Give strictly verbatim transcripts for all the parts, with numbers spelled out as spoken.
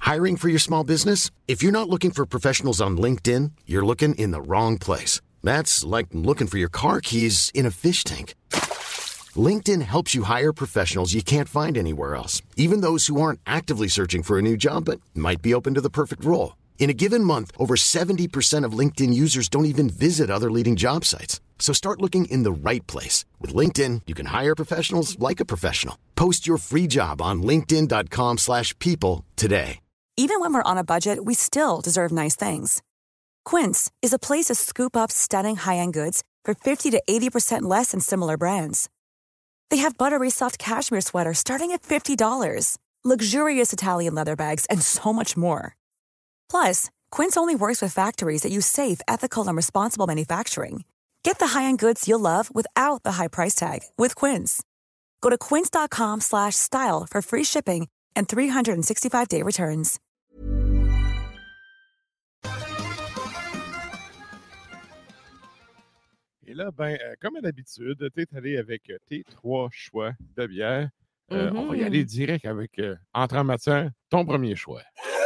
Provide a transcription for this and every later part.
Hiring for your small business? If you're not looking for professionals on LinkedIn, you're looking in the wrong place. That's like looking for your car keys in a fish tank. LinkedIn helps you hire professionals you can't find anywhere else, even those who aren't actively searching for a new job but might be open to the perfect role. In a given month, over seventy percent of LinkedIn users don't even visit other leading job sites. So start looking in the right place. With LinkedIn, you can hire professionals like a professional. Post your free job on linkedin.com slash people today. Even when we're on a budget, we still deserve nice things. Quince is a place to scoop up stunning high-end goods for fifty to eighty percent less than similar brands. They have buttery soft cashmere sweaters starting at fifty dollars, luxurious Italian leather bags, and so much more. Plus, Quince only works with factories that use safe, ethical, and responsible manufacturing. Get the high-end goods you'll love without the high price tag with Quince. Go to quince.com slash style for free shipping and three sixty-five day returns. Et là, ben, euh, comme à l'habitude, tu es allé avec euh, tes trois choix de bière. Euh, Mm-hmm. On va y aller direct avec, euh, entrée en matière, ton premier choix.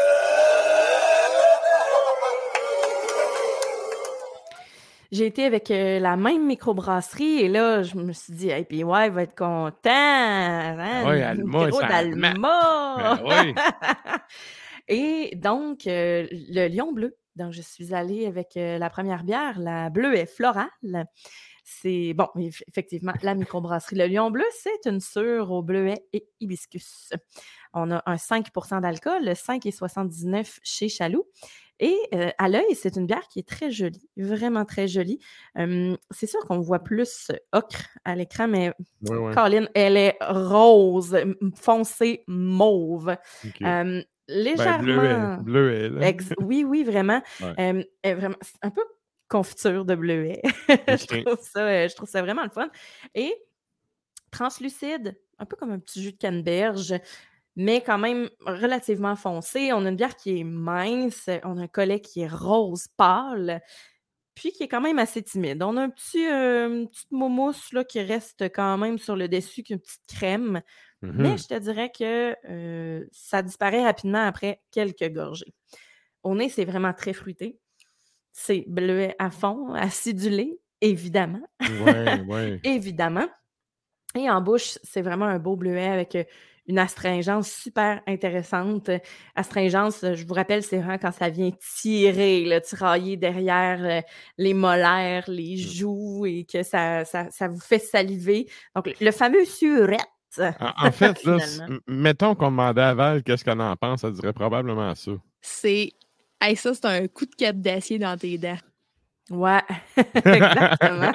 J'ai été avec euh, la même microbrasserie et là, je me suis dit, hey, puis ouais, il va être content. Hein? Oui, Une Alma, gros ça d'Alma. Ben oui. Et donc, euh, le Lion Bleu. Donc, je suis allée avec euh, la première bière, la Bleuet Florale. C'est, bon, eff- effectivement, la microbrasserie. Le Lion Bleu, c'est une sûre au bleuet et hibiscus. On a un cinq pour cent d'alcool, le cinq virgule soixante-dix-neuf chez Chaloux. Et euh, à l'œil, c'est une bière qui est très jolie, vraiment très jolie. Hum, c'est sûr qu'on voit plus ocre à l'écran, mais Oui, oui. Colin, elle est rose, m- foncée, mauve. OK. Hum, Ben, légèrement... bleuet, bleuet, là. Ex- oui, oui, vraiment. Ouais. Hum, elle est vraiment... C'est un peu confiture de bleuet. je, OK. trouve ça, euh, je trouve ça vraiment le fun. Et translucide, un peu comme un petit jus de canneberge, mais quand même relativement foncé. On a une bière qui est mince, on a un collet qui est rose pâle, puis qui est quand même assez timide. On a un petit, euh, une petite mousse là, qui reste quand même sur le dessus, qui est une petite crème, mais Mhm. je te dirais que euh, ça disparaît rapidement après quelques gorgées. Au nez, c'est vraiment très fruité. C'est bleuet à fond, acidulé, évidemment. Ouais, ouais. Évidemment. Et en bouche, c'est vraiment un beau bleuet avec euh, une astringence super intéressante. Astringence, euh, je vous rappelle, c'est vraiment quand ça vient tirer, là, tirailler derrière euh, les molaires, les joues et que ça, ça, ça vous fait saliver. Donc, le- le fameux surette. En, en fait, là, s- Finalement. m- mettons qu'on demandait à Val qu'est-ce qu'elle en pense, elle dirait probablement ça. C'est. Hey, ça, c'est un coup de cap d'acier dans tes dents. Ouais, exactement.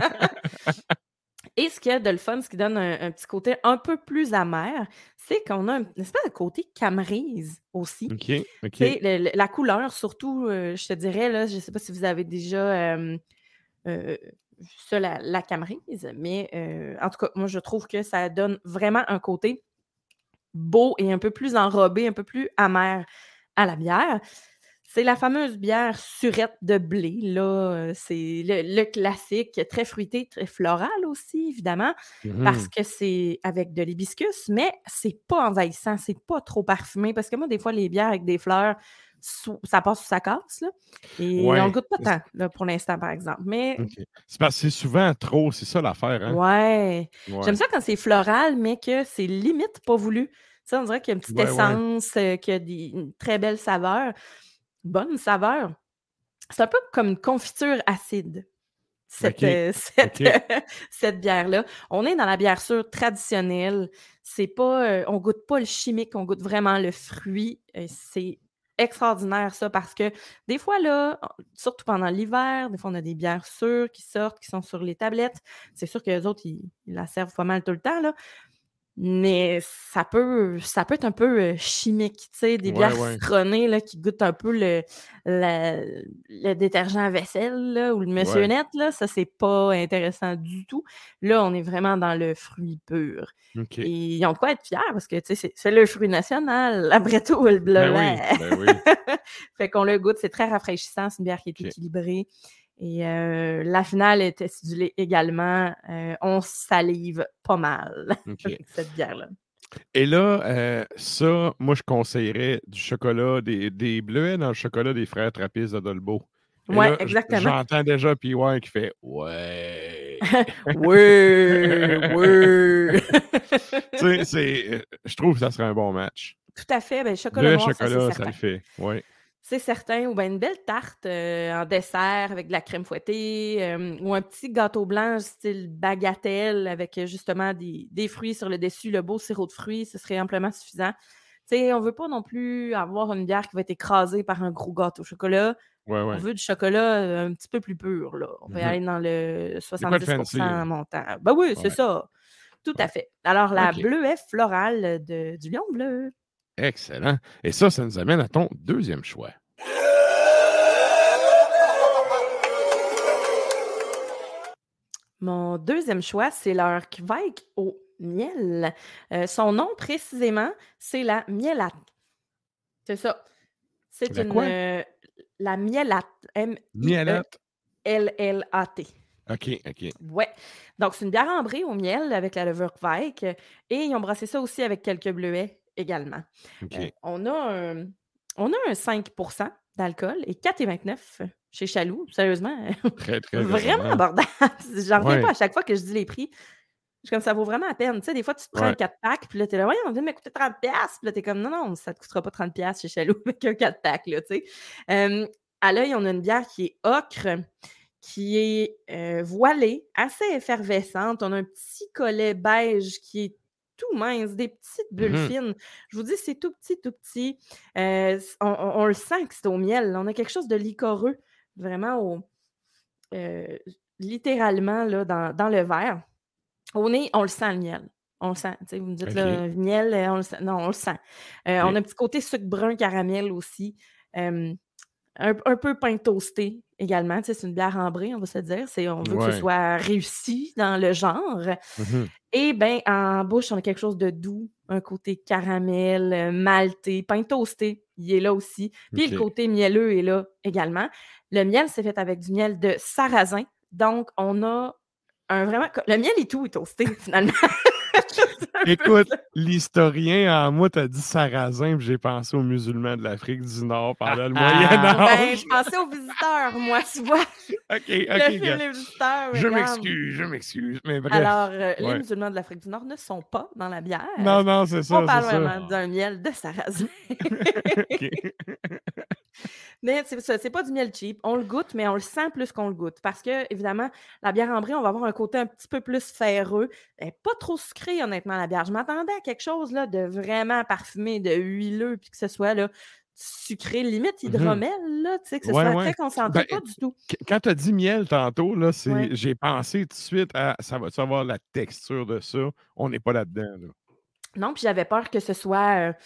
Et ce qu'il y a de le fun, ce qui donne un, un petit côté un peu plus amer, c'est qu'on a un- une espèce de côté camerise aussi. OK, OK. Tu sais, le- le- la couleur, surtout, euh, je te dirais, là, je ne sais pas si vous avez déjà euh, euh, vu ça, la, la camerise, mais euh, en tout cas, moi, je trouve que ça donne vraiment un côté beau et un peu plus enrobé, un peu plus amer à la bière. C'est la fameuse bière surette de blé, là. euh, C'est le, le classique, très fruité, très floral aussi, évidemment, parce Mhm. que c'est avec de l'hibiscus, mais c'est pas envahissant, c'est pas trop parfumé, parce que moi, des fois, les bières avec des fleurs, sou- ça passe ou ça casse, là. Et on Ouais. le goûte pas tant, là, pour l'instant, par exemple. Mais OK. C'est parce que c'est souvent trop, c'est ça l'affaire, hein? ouais, Ouais. j'aime ça quand c'est floral, mais que c'est limite pas voulu. Tu sais, on dirait qu'il y a une petite Ouais, ouais. essence, euh, qu'il y a des, une très belle saveur, bonne saveur. C'est un peu comme une confiture acide, cette, OK. euh, cette, OK. cette bière-là. On est dans la bière sûre traditionnelle. C'est pas, euh, on goûte pas le chimique, on goûte vraiment le fruit. Euh, c'est extraordinaire, ça, parce que des fois, là, surtout pendant l'hiver, des fois, on a des bières sûres qui sortent, qui sont sur les tablettes. C'est sûr que les autres, ils, ils la servent pas mal tout le temps, là. Mais ça peut, ça peut être un peu euh, chimique, tu sais, des Ouais, bières ouais. citronnées là, qui goûtent un peu le, la- le détergent à vaisselle là, ou le Monsieur Ouais. Net, là, ça, c'est pas intéressant du tout. Là, on est vraiment dans le fruit pur. OK. Et ils ont de quoi être fiers parce que, tu sais, c'est, c'est le fruit national, après tout, le Ben bleuet. oui, ben oui. Fait qu'on le goûte, c'est très rafraîchissant, c'est une bière qui est OK. équilibrée. Et euh, la finale est acidulée également. Euh, on salive pas mal OK. avec cette bière-là. Et là, euh, ça, moi, je conseillerais du chocolat, des, des bleuets dans le chocolat des frères Trappistes de Dolbeau. Et Ouais, là, j- exactement. j'entends déjà P Y qui fait « Ouais! » Oui, oui. Tu sais, c'est, euh, je trouve que ça serait un bon match. Tout à fait. Ben, chocolat Bleuet noir, ça, c'est chocolat, ça le certain. fait. Oui. C'est certain. Ou bien une belle tarte euh, en dessert avec de la crème fouettée euh, ou un petit gâteau blanc style bagatelle avec euh, justement des, des fruits sur le dessus, le beau sirop de fruits, ce serait amplement suffisant. Tu sais, on veut pas non plus avoir une bière qui va être écrasée par un gros gâteau au chocolat. Ouais, On ouais. veut du chocolat euh, un petit peu plus pur, là. On va y Mhm. aller dans le C'est quoi de soixante-dix pour fancy? cent là? montant. Ben oui, c'est Ouais. ça. Tout à Ouais. fait. Alors, la OK. bleuet florale de, du lion bleu. Excellent. Et ça, ça nous amène à ton deuxième choix. Mon deuxième choix, c'est leur Kveik au miel. Euh, son nom précisément, c'est la mielate. C'est ça. C'est La une. quoi? euh, la mielate. Mielate. M I E L L A T. OK, OK. Ouais. Donc, c'est une bière ambrée au miel avec la levure Kveik. Et ils ont brassé ça aussi avec quelques bleuets également. OK. Euh, on, a un, on a un cinq pour cent d'alcool et quatre virgule vingt-neuf chez Chaloux. Sérieusement, Très, très vraiment raisonnable. abordable. J'en reviens Ouais. pas à chaque fois que je dis les prix. Je suis comme, ça vaut vraiment la peine. Tu sais, des fois, tu te prends un Ouais. quatre pack, puis là, t'es là, ouais, on vient de me coûter trente piastres. Puis là, t'es comme, non, non, ça te coûtera pas trente piastres chez Chaloux avec un quatre pack, là, tu sais. Euh, à l'œil, on a une bière qui est ocre, qui est euh, voilée, assez effervescente. On a un petit collet beige qui est tout mince, des petites bulles Mhm. fines. Je vous dis, c'est tout petit, tout petit. Euh, c- on, on- on le sent que c'est au miel. On a quelque chose de liquoreux, vraiment, au, euh, littéralement, là, dans, dans le verre. Au nez, on le sent, le miel. On le sent. Tu sais, vous me dites, OK. là, miel, euh, on le sent. Non, on le sent. Euh, on OK. a un petit côté sucre brun caramel aussi. Euh, un, un peu pain toasté également. Tu sais, c'est une bière ambrée, on va se dire. C'est, on veut que ce Ouais. soit réussi dans le genre. Mhm. Et bien, en bouche, on a quelque chose de doux, un côté caramel, euh, malté, pain toasté, il est là aussi. Puis le OK. côté mielleux est là également. Le miel, c'est fait avec du miel de sarrasin. Donc, on a un vraiment... Le miel et tout est toasté, finalement. C'est un peu Écoute, ça. l'historien en moi t'a dit sarrasin, puis j'ai pensé aux musulmans de l'Afrique du Nord pendant le Ah, Moyen Ben, Âge. je pensais aux visiteurs, moi, tu vois. OK, Le OK, film gars. Les Visiteurs, mais Je regarde. m'excuse, je m'excuse. Mais bref. Alors, euh, les Ouais. musulmans de l'Afrique du Nord ne sont pas dans la bière. Non, non, c'est On ça, c'est parle ça. vraiment d'un miel de sarrasin. OK. Mais c'est ça, c'est pas du miel cheap. On le goûte, mais on le sent plus qu'on le goûte. Parce que, évidemment, la bière ambrée, on va avoir un côté un petit peu plus ferreux. Elle n'est pas trop sucrée, honnêtement, la bière. Je m'attendais à quelque chose là, de vraiment parfumé, de huileux, puis que ce soit là, sucré, limite Mhm. hydromel, là, tu sais, que ce Ouais, soit ouais. très concentré. Ben, Pas du tout. qu- quand tu as dit miel tantôt, là, c'est, Ouais. j'ai pensé tout de suite à ça va-tu avoir la texture de ça? On n'est pas là-dedans. Là. Non, puis j'avais peur que ce soit euh,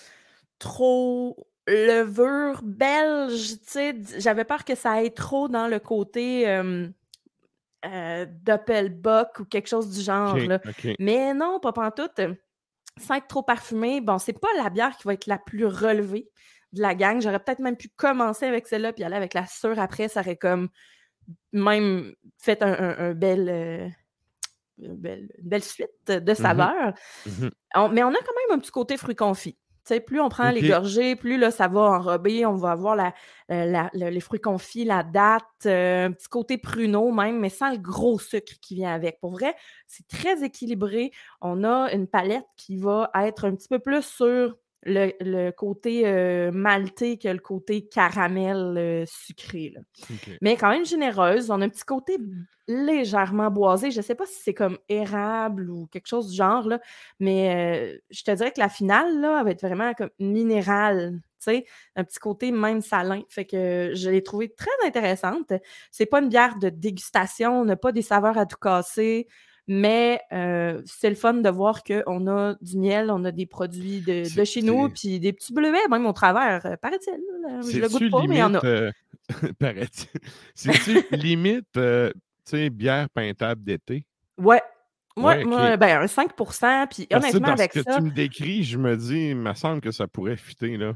trop levure belge, tu sais. d- J'avais peur que ça aille trop dans le côté euh, euh, Doppelbock ou quelque chose du genre, OK, là. OK. Mais non, pas pantoute. Sans être trop parfumé, bon, c'est pas la bière qui va être la plus relevée de la gang. J'aurais peut-être même pu commencer avec celle-là puis aller avec la sûre après. Ça aurait comme même fait un, un- un bel, euh, une belle, une belle suite de Mhm, saveurs. mhm. On- mais on a quand même un petit côté fruit confit. Tu sais, plus on prend les OK. gorgées, plus là, ça va enrober. On va avoir la, euh, la- le- les fruits confits, la date, euh, un petit côté pruneau même, mais sans le gros sucre qui vient avec. Pour vrai, c'est très équilibré. On a une palette qui va être un petit peu plus sur le, le côté euh, maltais que le côté caramel euh, sucré, là. OK. Mais quand même généreuse. On a un petit côté légèrement boisé. Je ne sais pas si c'est comme érable ou quelque chose du genre, là, mais euh, je te dirais que la finale, là, elle va être vraiment comme minérale, tu sais, un petit côté même salin. Fait que je l'ai trouvée très intéressante. C'est pas une bière de dégustation, on n'a pas des saveurs à tout casser, mais euh, c'est le fun de voir qu'on a du miel, on a des produits de, de C'est, chez nous, c'est, puis des petits bleuets, même au travers, euh, paraît-il. là. Je le c'est-tu goûte pas, mais il y en limite, a. euh, paraît-il, c'est-tu limite, euh, tu sais, bière peintable d'été? Ouais. Moi, Ouais, OK. moi, ben, un cinq pour cent, puis Parce que honnêtement, dans ce avec que ça, tu me décris, je me dis, il me semble que ça pourrait fitter, là.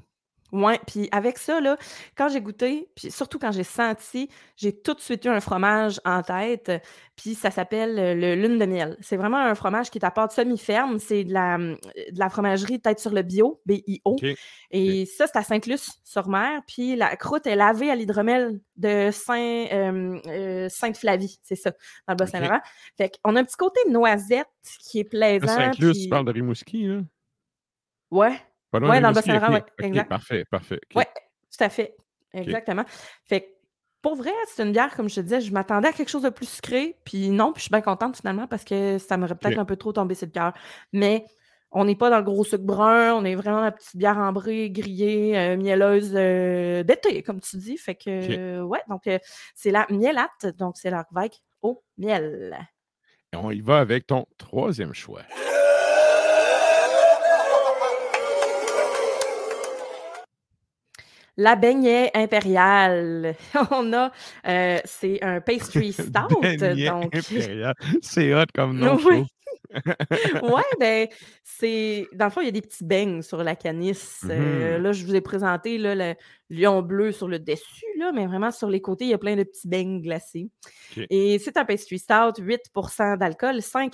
Ouais, puis avec ça, là, quand j'ai goûté, puis surtout quand j'ai senti, j'ai tout de suite eu un fromage en tête, puis ça s'appelle euh, le Lune de miel. C'est vraiment un fromage qui est à pâte semi-ferme. C'est de la, hum, de la fromagerie Tête sur le bio, B I O. OK. OK. Et ça, c'est à Sainte-Luce-sur-Mer. Puis la croûte est lavée à l'hydromel de Saint, euh, euh, Sainte-Flavie, c'est ça, dans le OK. Bas-Saint-Laurent. Fait qu'on a un petit côté noisette qui est Là, plaisant. Saint-Luc, tu Puis parles de Rimouski, là? ouais, Pas loin de ouais, dans le Rimouski, Bas-Saint-Laurent, OK. ouais, OK, exact. parfait, parfait. OK. Ouais, tout à fait. OK. Exactement. Fait que pour vrai, c'est une bière, comme je te disais, je m'attendais à quelque chose de plus sucré, puis non, puis je suis bien contente finalement parce que ça m'aurait peut-être OK. un peu trop tombé sur le cœur. Mais on n'est pas dans le gros sucre brun, on est vraiment la petite bière ambrée, grillée, euh, mielleuse euh, d'été, comme tu dis. Fait OK. que, euh, ouais, donc euh, c'est la Mielate, donc c'est leur vague au miel. Et on y va avec ton troisième choix. La beignet impériale. On a, euh, c'est un pastry stout, Beignet donc impérial. C'est hot comme nom, je oui. trouve. Ouais, ben, c'est dans le fond, il y a des petits beignes sur la canisse. Euh, Mhm. là, je vous ai présenté là, le lion bleu sur le dessus, là, mais vraiment sur les côtés, il y a plein de petits beignes glacés. OK. Et c'est un pastry stout, huit pour cent d'alcool, cinq.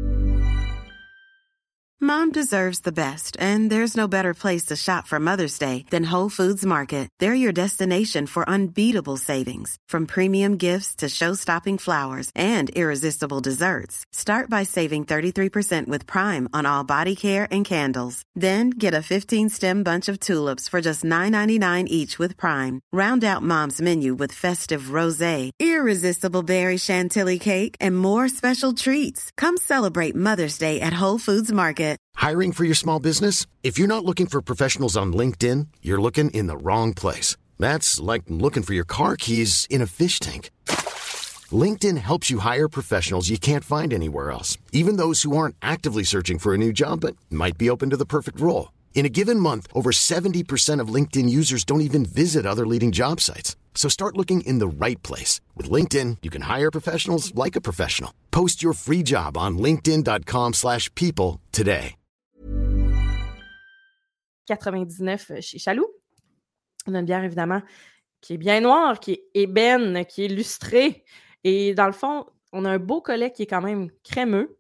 Mom deserves the best, and there's no better place to shop for Mother's Day than Whole Foods Market. They're your destination for unbeatable savings, from premium gifts to show-stopping flowers and irresistible desserts. Start by saving thirty-three percent with Prime on all body care and candles. Then get a fifteen-stem bunch of tulips for just nine ninety-nine each with Prime. Round out Mom's menu with festive rosé, irresistible berry chantilly cake, and more special treats. Come celebrate Mother's Day at Whole Foods Market. Hiring for your small business? If you're not looking for professionals on LinkedIn, you're looking in the wrong place. That's like looking for your car keys in a fish tank. LinkedIn helps you hire professionals you can't find anywhere else, even those who aren't actively searching for a new job but might be open to the perfect role. In a given month, over seventy percent of LinkedIn users don't even visit other leading job sites. So start looking in the right place. With LinkedIn, you can hire professionals like a professional. Post your free job on linkedin.com slash people today. quatre-vingt-dix-neuf chez Chaloux. On a une bière, évidemment, qui est bien noire, qui est ébène, qui est lustrée. Et dans le fond, on a un beau collet qui est quand même crémeux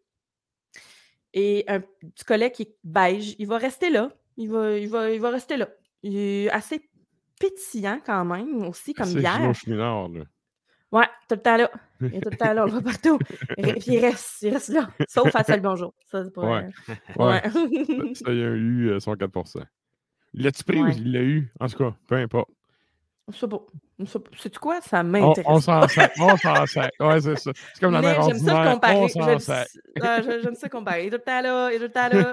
et un petit collet qui est beige. Il va rester là. Il va, il va, il va rester là. Il est assez pétillant quand même aussi comme C'est bière. Gino Chouinard, là. Ouais, tout le temps là. Il est tout le temps là, on le voit partout. Et puis il reste, il reste là. Sauf à Salut Bonjour. Ça, c'est pas. Ouais. euh, Ouais. Ouais. Ça, il a eu euh, son quatre pour cent. Il l'a-tu pris ou Ouais. il l'a eu? En tout cas, peu importe. Je sais pas. Je sais pas. Sais-tu quoi? Ça On, m'intéresse. on s'en sac. On s'en sac. Ouais, c'est ça. C'est comme la Mais mère j'aime ça le ordinaire. comparer. On s'en J'aime, sac. ah, je- j'aime ça comparer. Il est tout le temps là, il est tout le temps là.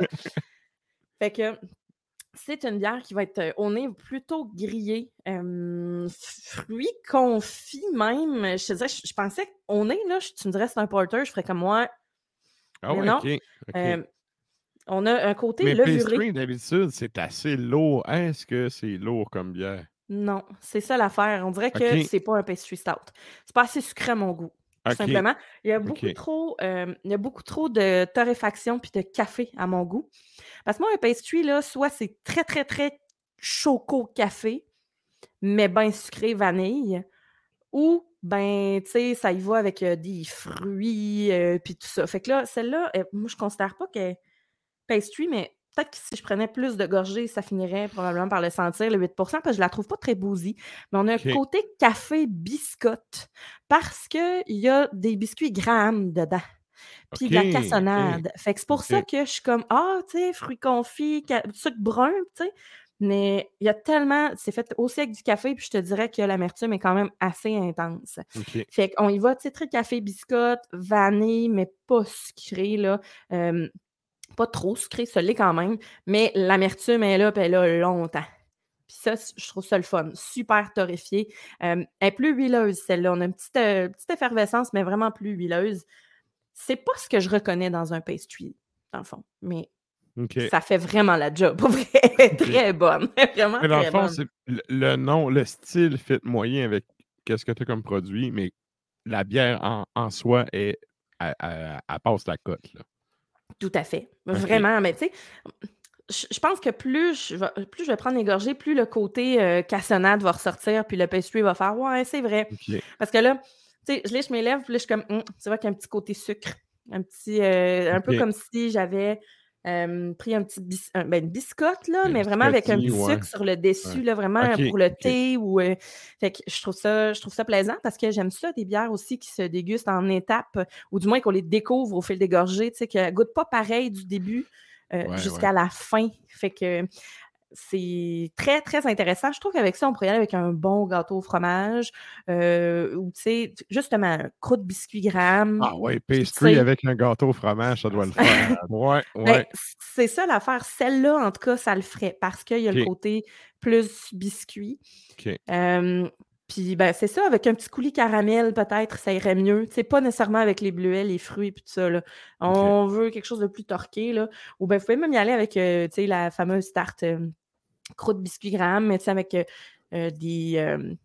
Fait que c'est une bière qui va être euh, au nez plutôt grillée. Euh, fruits confits même. Je te dirais, je, je pensais qu'au nez, là, je- tu me dirais c'est un porter, je ferais comme moi. Ah Mais ouais, non. OK. OK. Euh, on a un côté Mais levuré. pastry, d'habitude, c'est assez lourd. Est-ce que c'est lourd comme bière? Non, c'est ça l'affaire. On dirait que OK. c'est pas un pastry stout. C'est pas assez sucré à mon goût. Tout OK. simplement. Il y a beaucoup OK. trop, euh, il y a beaucoup trop de torréfaction puis de café à mon goût. Parce que moi, un pastry, là, soit c'est très, très, très choco café, mais bien sucré vanille, ou ben, tu sais, ça y va avec euh, des fruits euh, puis tout ça. Fait que là, celle-là, euh, moi, je considère pas qu'elle est pastry, mais peut-être que si je prenais plus de gorgées, ça finirait probablement par le sentir, le huit pour cent, parce que je la trouve pas très bousy. Mais on a OK. un côté café biscotte, parce qu'il y a des biscuits Graham dedans, puis de la OK. OK. cassonade. Fait que c'est pour ça OK. que je suis comme, ah, tu sais, fruits confits, ca- sucre brun, tu sais. Mais il y a tellement, c'est fait aussi avec du café, puis je te dirais que l'amertume est quand même assez intense. OK. Fait qu'on y va, tu sais, très café biscotte, vanille, mais pas sucré, là. Euh, pas trop sucré, ça l'est quand même, mais l'amertume est là, puis elle est là longtemps. Puis ça, c- je trouve ça le fun. Super torréfié. Euh, elle est plus huileuse, celle-là. On a une petite, euh, petite effervescence, mais vraiment plus huileuse. C'est pas ce que je reconnais dans un pastry, dans le fond. Mais OK. ça fait vraiment la job. Pour vrai, elle est très bonne. Vraiment Mais dans le très fond, bonne. c'est le, le nom, le style fit moyen avec qu'est-ce que tu as comme produit, mais la bière en, en soi, est, elle, elle- elle passe la cote, là. Tout à fait. OK. Vraiment. Mais tu sais, je je pense que plus je vais plus je vais prendre les gorgées, plus le côté, heu, cassonade va ressortir, puis le pastry va faire: «Ouais, c'est vrai». OK. Parce que là, tu sais, je lèche mes lèvres, puis là, je suis comme: «Mmh, c'est vrai qu'il y a un petit côté sucre». Un petit, heu, un peu OK. comme si j'avais, hem, pris un petit bis un ben, une biscotte, là, Un mais vraiment avec un biscotti, petit ouais. sucre sur le Ouais. dessus, là, vraiment OK, pour le OK. thé ou, heu fait que je trouve ça je trouve ça plaisant parce que j'aime ça des bières aussi qui se dégustent en étapes, ou du moins qu'on les découvre au fil des gorgées, tu sais, qu'elles goûtent pas pareil du début, heu, Ouais, ouais. jusqu'à la fin. Fait que c'est très, très intéressant. Je trouve qu'avec ça, on pourrait y aller avec un bon gâteau au fromage, heu, ou tu sais, t justement, croûte biscuit graham, Ah ouais, puis tu pastry sais avec un gâteau au fromage, ça doit le faire. Ouais, ben, ouais. c c'est ça l'affaire. Celle-là, en tout cas, ça le ferait parce qu'il y a le OK. côté plus biscuit. OK. Hem, puis, ben, c'est ça, avec un petit coulis caramel, peut-être, ça irait mieux. Tu sais, pas nécessairement avec les bleuets, les fruits puis tout ça, là. OK. On veut quelque chose de plus torqué, là. Ou ben, vous pouvez même y aller avec, heu, tu sais, la fameuse tarte, hem, croûte biscuit graham, mais tu sais, avec, heu heu, des, hem, de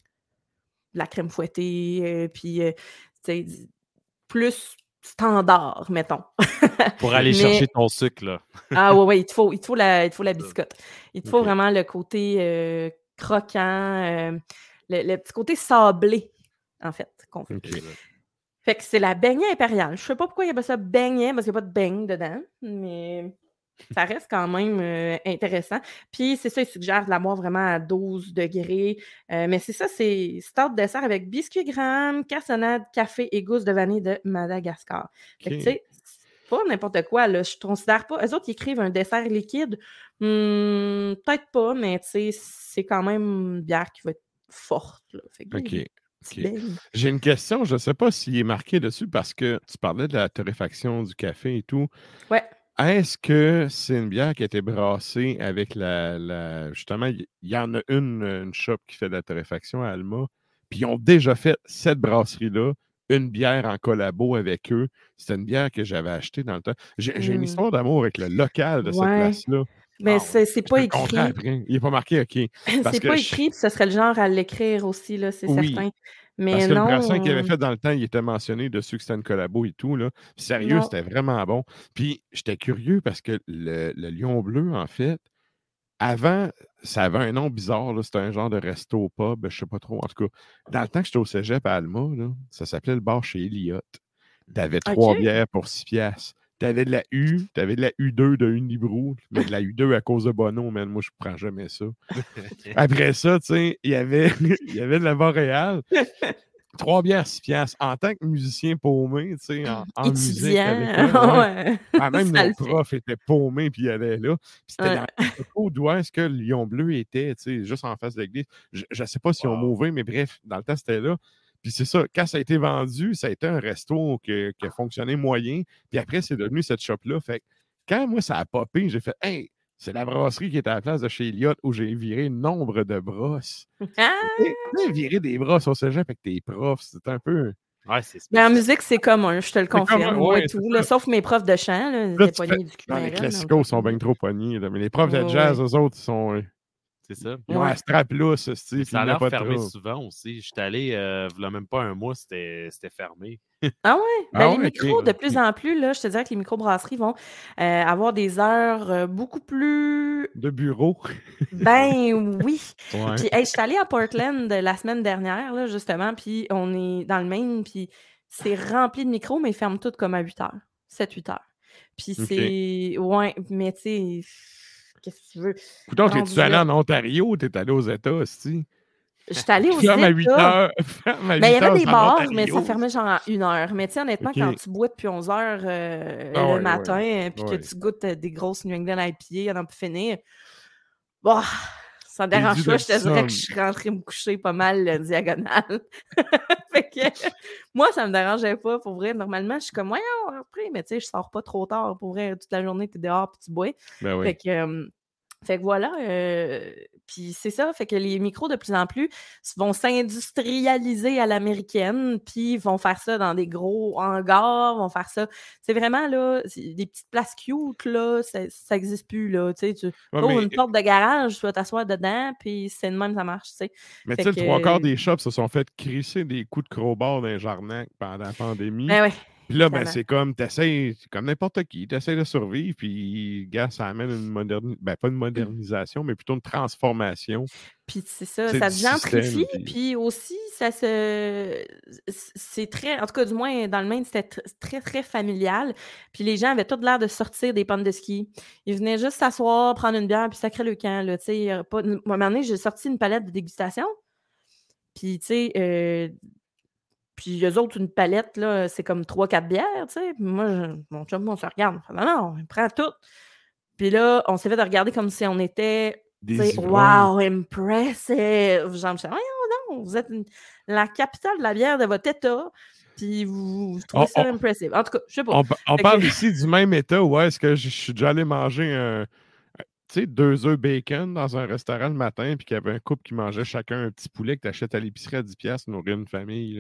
la crème fouettée, heu, puis, heu, tu sais, d plus standard, mettons. Pour aller Mais chercher ton sucre, là. ah ouais, ouais, il te faut il te faut la il te faut la C'est ça. biscotte. Il te faut OK. vraiment le côté, heu, croquant, hem, le le petit côté sablé, en fait, qu'on veut. OK. C'est ça. Fait que c'est la beignet impériale. Je sais pas pourquoi ils appellent ça beignet, parce qu'il y a pas de beigne dedans, mais ça reste quand même, heu, intéressant. Puis c'est ça, ils suggèrent de la boire vraiment à douze degrés, heu, mais c'est ça, c'est start dessert avec biscuit graham, cassonade, café et gousse de vanille de Madagascar. Fait que tu OK. sais, c'est pas n'importe quoi, là. Je considère pas eux autres, ils écrivent un dessert liquide, mmh, peut-être pas, mais tu sais, c'est quand même une bière qui va être forte, là. Fait que OK. oui, petit OK. beigne. J'ai une question, je sais pas s'il est marqué dessus parce que tu parlais de la torréfaction du café et tout. Ouais. Est-ce que c'est une bière qui a été brassée avec la la justement, il il y en a une, heu, une shop qui fait de la torréfaction à Alma, puis ils ont déjà fait cette brasserie-là, une bière en collabo avec eux. C'était une bière que j'avais achetée dans le temps. J'ai j'ai une Mmh. histoire d'amour avec le local de cette Ouais. place-là. Mais Ah ouais. c'est c'est Je te pas le conterai écrit. après. Il est pas marqué, OK. Parce C'est que pas je écrit, puis ce serait le genre à l'écrire aussi, là, c'est oui. certain. Mais Parce que le brassin qu'il avait non, fait dans le temps, il était mentionné dessus que c'était une collabo et tout, là. Puis sérieux, non. c'était vraiment bon. Puis j'étais curieux parce que le le Lion Bleu, en fait, avant, ça avait un nom bizarre, là. C'était un genre de resto pub, je sais pas trop. En tout cas, dans le temps que j'étais au cégep à Alma, là, ça s'appelait le bar chez Elliott. Tu avais trois OK. bières pour six piastres. Tu avais de la U, tu avais de la U deux de Unibrou, mais de la U deux à cause de Bono, man. Moi, je prends jamais ça. Après ça, tu sais, il y avait il y avait de la Boréal. Trois bières, six piastres. En tant que musicien paumé, tu sais, en en musique à Étudiant, l'école, ouais. ouais, Ah, même ça nos le fait. profs étaient paumés puis ils allaient là. Puis c'était Ouais. dans le cours d'où est-ce que le Lion Bleu était, tu sais, juste en face de l'église. Je ne sais pas s'ils ont Wow. mauvé, mais bref, dans le temps, c'était là. Puis c'est ça, quand ça a été vendu, ça a été un resto que- qui a fonctionné moyen. Puis après, c'est devenu cette shop-là. Fait que quand moi, ça a popé, j'ai fait « Hey, c'est la brasserie qui est à la place de chez Elliott où j'ai viré nombre de brosses. » Ah! Tu sais, tu sais, virer des brosses au cégep avec tes profs, c'est un peu... Ouais, c'est Mais en spécial. musique, c'est commun, je te le C'est comme un- confirme, moi ouais, et c'est tout, là, ça. sauf mes profs de chant, là, ils Là, étaient tu fais... pognés du cul Non, ben les raide, là, eux classicos autres, sont là. bien trop pognés, là. Mais les profs de Ouais, jazz, ouais. eux autres, ils sont... euh, C'est ça. Ils ont Ouais. la strap lousse, esti, Mais puis ça a il n'y a l'air pas de fermé trouble. souvent aussi. J'étais allé, euh, il y a même pas un mois, c'était c'était fermé. Ah ouais? Ben, Ah les ouais, micros, de OK. plus en plus, là, je te dirais que les microbrasseries vont, heu, avoir des heures, heu, beaucoup plus De bureau. ben oui. Ouais. Puis, hey, je suis allée à Portland euh, la semaine dernière, là, justement, puis on est dans le Maine, puis c'est rempli de micros, mais ils ferment toutes comme à huit heures, sept huit heures. Puis OK. c'est ouais, mais tu sais, qu'est-ce que tu veux? Coudonc, t'es-tu Rendu allé là, en Ontario ou t'es allé aux États, esti? j'étais allée aux Ferme à huit États. heures. Ferme à Ben, il y huit avait heures des en bars, mais ça Ontario. fermait genre à une heure. Mais tu sais, honnêtement, quand OK. tu bois depuis onze heures euh, Ah le ouais, matin, ouais. euh, puis que Ouais. tu goûtes euh, des grosses New England I P A à n'en plus finir, bah, ça me T'es dérange dû pas. de Je te dirais que je somme. suis rentrée me coucher pas mal euh, diagonale. Fait que moi, ça me dérangeait pas, pour vrai. Normalement, je suis comme, voyons, après, mais tu sais, je sors pas trop tard. Pour vrai, toute la journée, t'es dehors puis tu bois. Ben Fait oui. que, euh, fait que voilà, euh, puis c'est ça, fait que les micros, de plus en plus, s- vont s'industrialiser à l'américaine, puis vont faire ça dans des gros hangars, vont faire ça. C'est vraiment, là, c'est des petites places cute, là, ça ça existe plus, là, tu sais, tu Ouais, ouvres mais une porte de garage, tu vas t'asseoir dedans, puis c'est de même, ça marche, tu sais. mais tu Fait sais, le trois quarts que, des shops se sont fait crisser des coups de crowbar dans les Jarnac pendant la pandémie. ben ouais, Puis là, ben, Évidemment. c'est comme, t'essayes, c'est comme n'importe qui, t'essayes de survivre, puis, gars, ça amène une modernisation, ben, pas une modernisation, mais plutôt une transformation. Puis c'est ça, C'est ça du se gentrifie, système, puis- puis aussi, ça se... C'est très... En tout cas, du moins, dans le Maine, c'était tr- très, très familial. Puis les gens avaient tout l'air de sortir des pentes de ski. Ils venaient juste s'asseoir, prendre une bière, puis sacrer le camp, là, tu sais. il y a pas... À un moment donné, j'ai sorti une palette de dégustation. Puis, tu sais... euh, Puis eux autres, une palette, là, c'est comme trois quatre bières, tu sais. Puis moi, je- mon chum, on se regarde. On fait, non, non, on prend tout. Puis là, on s'est fait de regarder comme si on était, tu Des sais, ivrognes. wow, impressive. Genre, je disais, voyons donc, vous êtes une- la capitale de la bière de votre état, puis vous, vous trouvez On- ça on- impressive. En tout cas, je sais pas. On, pa- on Fait parle que- ici du même état où est-ce que je je suis déjà allé manger un, tu sais, deux œufs bacon dans un restaurant le matin, puis qu'il y avait un couple qui mangeait chacun un petit poulet que tu achètes à l'épicerie à dix piastres, nourrir une famille. Là.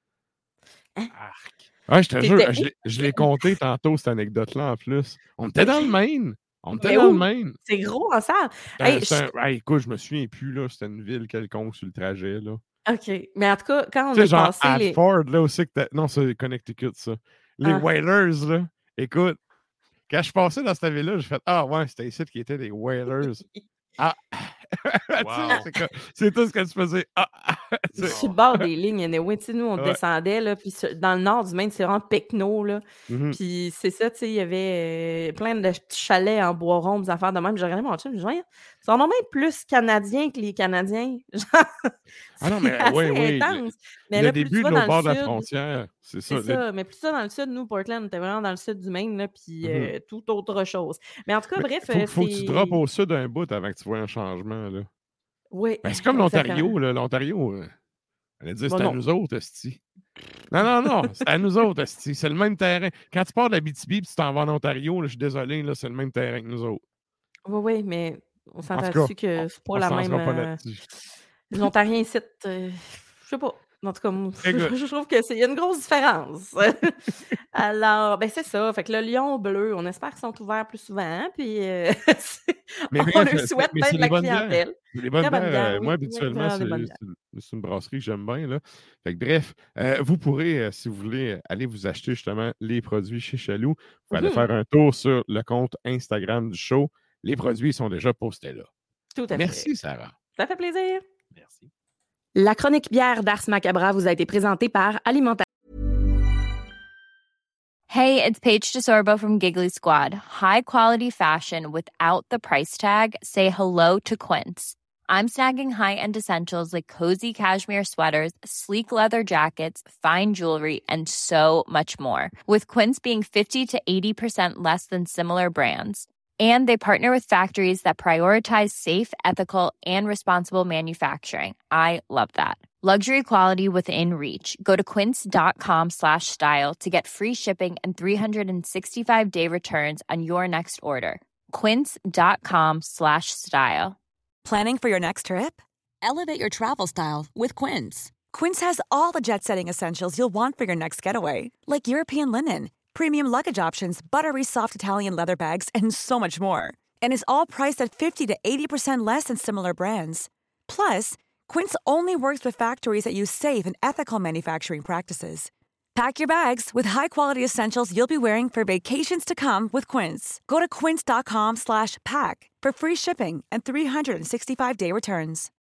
Hein? Arc. Ouais, je te T'étais jure, où? je l'ai- je l'ai compté tantôt, cette anecdote-là, en plus. On était dans le Maine. On était Mais dans où? le Maine. C'est gros en salle. C'est un- Hey, c'est je- un- hey, écoute, je me souviens plus, là. C'était une ville quelconque sur le trajet, là. OK. Mais en tout cas, quand on Tu sais, a genre passé les... Hartford, là aussi que t'as- non, c'est Connecticut, ça. Les Ah. Whalers, là. Écoute, quand je passais dans cette ville-là, j'ai fait Ah ouais, c'était ici qui étaient des Whalers. Ah! Tu sais, Wow. c'est comme- c'est tout ce que tu faisais. Ah! Tu sais. Sur le bord des lignes, anyway, tu sais, nous, on Ouais. descendait, là, puis sur- dans le nord du Maine, c'est vraiment Pecno, là. Mhm. Puis c'est ça, tu sais, il y avait euh, plein de petits chalets en bois rond, des affaires de même. J'ai regardé mon chum, je me dis, voyons, ils sont même plus canadiens que les Canadiens. Genre, Ah non, c'est mais assez oui, oui. intense. Mais Le là, plus tu début vas de l'autre dans bord le de la sud, frontière, c'est ça. c'est le- ça, mais plus ça dans le sud, nous, Portland, on était vraiment dans le sud du Maine, là, puis Mhm. euh, tout autre chose. Mais en tout cas, Mais bref, faut, euh, faut que tu c'est... droppes au sud un bout avant que tu vois un changement. Là. Oui, Ben, c'est comme exactement. l'Ontario. là. L'Ontario, euh, on allait dire Bon, c'est à non. nous autres, esti. Non, non, non, c'est à nous autres, esti. C'est le même terrain. Quand tu pars de la B T B et tu t'en vas en Ontario, là, je suis désolé, là, c'est le même terrain que nous autres. Oui, oui, mais on En tout s'entend cas, dessus que c'est pas on la se même... lancera pas euh, là-dessus. Les Ontariens ici, euh, je sais pas. En tout cas, moi, je, Écoute. je trouve qu'il y a une grosse différence. Alors, ben c'est ça. Fait que le lion bleu, on espère qu'ils sont ouverts plus souvent. Puis, euh, c'est- Mais on bref, leur c'est- souhaite mais bien c'est de la des bonnes bières. clientèle. C'est des bonnes Très bonne bières. bière, euh, oui, moi, oui, habituellement, vraiment c'est des bonnes c'est bières. une, c'est une brasserie que j'aime bien. Là. Fait que, bref, euh, vous pourrez, euh, si vous voulez, euh, aller vous acheter justement les produits chez Chaloux. Vous pouvez aller Mhm. faire un tour sur le compte Instagram du show. Les produits sont déjà postés là. Tout à fait. Merci, Sarah. Ça fait plaisir. Merci. La chronique bière d'Ars Macabra vous a été présentée par Alimentation. Hey, it's Paige DeSorbo from Giggly Squad. High quality fashion without the price tag. Say hello to Quince. I'm snagging high-end essentials like cozy cashmere sweaters, sleek leather jackets, fine jewelry, and so much more. With Quince being fifty to eighty percent less than similar brands. And they partner with factories that prioritize safe, ethical, and responsible manufacturing. I love that. Luxury quality within reach. Go to quince.com slash style to get free shipping and three sixty-five day returns on your next order. Quince.com slash style. Planning for your next trip? Elevate your travel style with Quince. Quince has all the jet-setting essentials you'll want for your next getaway, like European linen, premium luggage options, buttery soft Italian leather bags, and so much more. And is all priced at fifty to eighty percent less than similar brands. Plus, Quince only works with factories that use safe and ethical manufacturing practices. Pack your bags with high-quality essentials you'll be wearing for vacations to come with Quince. Go to quince.com slash pack for free shipping and three sixty-five day returns.